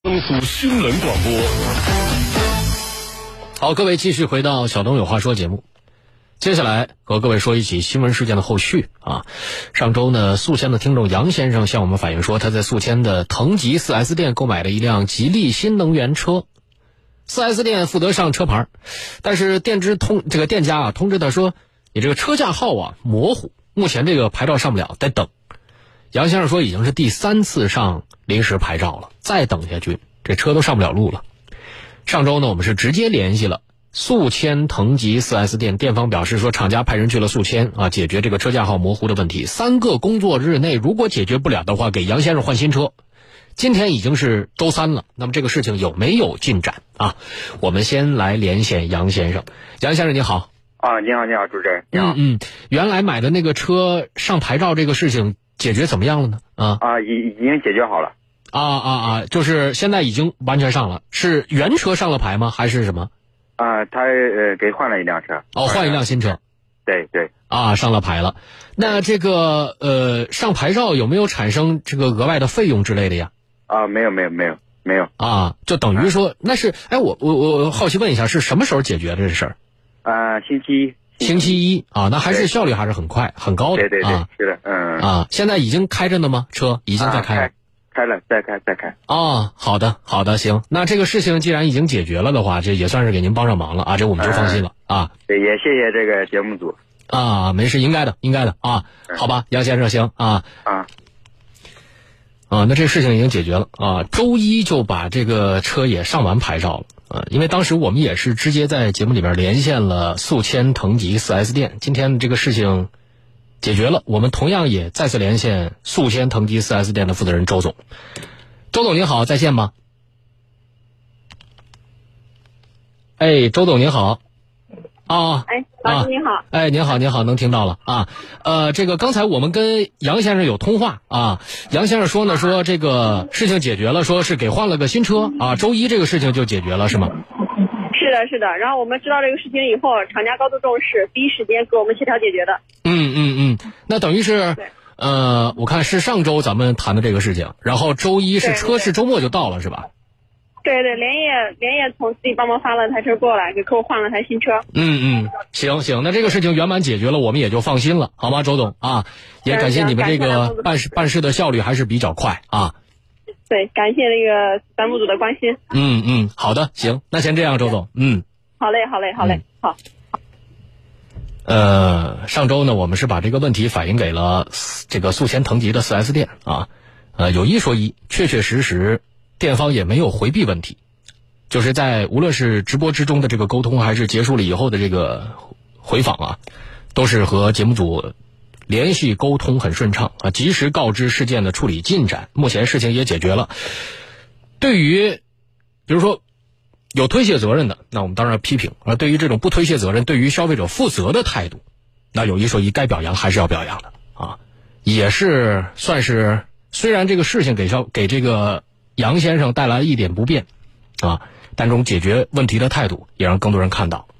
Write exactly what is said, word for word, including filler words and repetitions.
江苏新闻广播。 好，各位继续回到小东有话说节目。接下来和各位说一起新闻事件的后续啊。上周呢，宿迁的听众杨先生向我们反映说，他在宿迁的腾吉 四 S 店购买了一辆吉利新能源车。四 S 店负责上车牌，但是店知通这个店家啊通知他说，你这个车架号啊模糊，目前这个牌照上不了，得等。杨先生说已经是第三次上临时牌照了，再等下去这车都上不了路了。上周呢，我们是直接联系了宿迁腾吉 四 S 店，店方表示说厂家派人去了宿迁啊，解决这个车架号模糊的问题。三个工作日内如果解决不了的话，给杨先生换新车。今天已经是周三了，那么这个事情有没有进展啊？我们先来连线杨先生。杨先生你好。 啊，你好，你好，主持人，你好。 嗯嗯，原来买的那个车上牌照这个事情解决怎么样了呢？啊啊，已已经解决好了。 啊啊啊！就是现在已经完全上了，是原车上了牌吗？还是什么？ 啊，他呃给换了一辆车。 哦，换一辆新车。 对对。 啊，上了牌了。那这个呃上牌照有没有产生这个额外的费用之类的呀？ 啊，没有没有没有没有。 啊，就等于说、啊、那是哎，我我我好奇问一下，是什么时候解决的这事儿？ 啊，星期一。 星期一啊，那还是效率还是很快很高的。 对对对， 啊、 是的，嗯。 啊，现在已经开着呢吗？车已经在开了。 啊、开开了，再开再开。 哦，好的好的，行。那这个事情既然已经解决了的话，这也算是给您帮上忙了啊，这我们就放心了、嗯、啊。 对，也谢谢这个节目组。 啊，没事，应该的，应该的啊。好吧，杨先生，行啊。 啊。 啊，那这事情已经解决了啊。周一就把这个车也上完牌照了啊，因为当时我们也是直接在节目里边连线了宿迁腾吉 四 S 店，今天这个事情解决了，我们同样也再次连线宿迁腾吉 四 S 店的负责人周总。周总您好，在线吗？哎，周总您好。啊， 哎，老师您好。 哎，您好，您好，能听到了啊。呃，这个刚才我们跟杨先生有通话啊，杨先生说呢，说这个事情解决了，说是给换了个新车啊，周一这个事情就解决了，是吗？ 是的，是的。然后我们知道这个事情以后，厂家高度重视，第一时间给我们协调解决的。 嗯嗯嗯，那等于是，呃，我看是上周咱们谈的这个事情，然后周一是车是周末就到了，是吧？ 对对，连夜连夜从自己帮忙发了台车过来，给客户换了台新车。 嗯嗯，行行，那这个事情圆满解决了，我们也就放心了，好吗，周总啊？也感谢你们这个办事办事的效率还是比较快啊。 对，感谢那个咱们组的关心。 嗯嗯，好的，行，那先这样，周总，嗯。 好嘞，好嘞，好嘞，嗯、好。 呃，上周呢，我们是把这个问题反映给了这个宿迁腾吉的 四 S 店啊。呃，有一说一，确确实实。店方也没有回避问题，就是在无论是直播之中的这个沟通，还是结束了以后的这个回访啊，都是和节目组联系沟通很顺畅啊，及时告知事件的处理进展。目前事情也解决了。对于比如说有推卸责任的，那我们当然批评；而对于这种不推卸责任、对于消费者负责的态度，那有一说一，该表扬还是要表扬的啊。也是算是，虽然这个事情给消给这个杨先生带来了一点不便啊，但这种解决问题的态度也让更多人看到。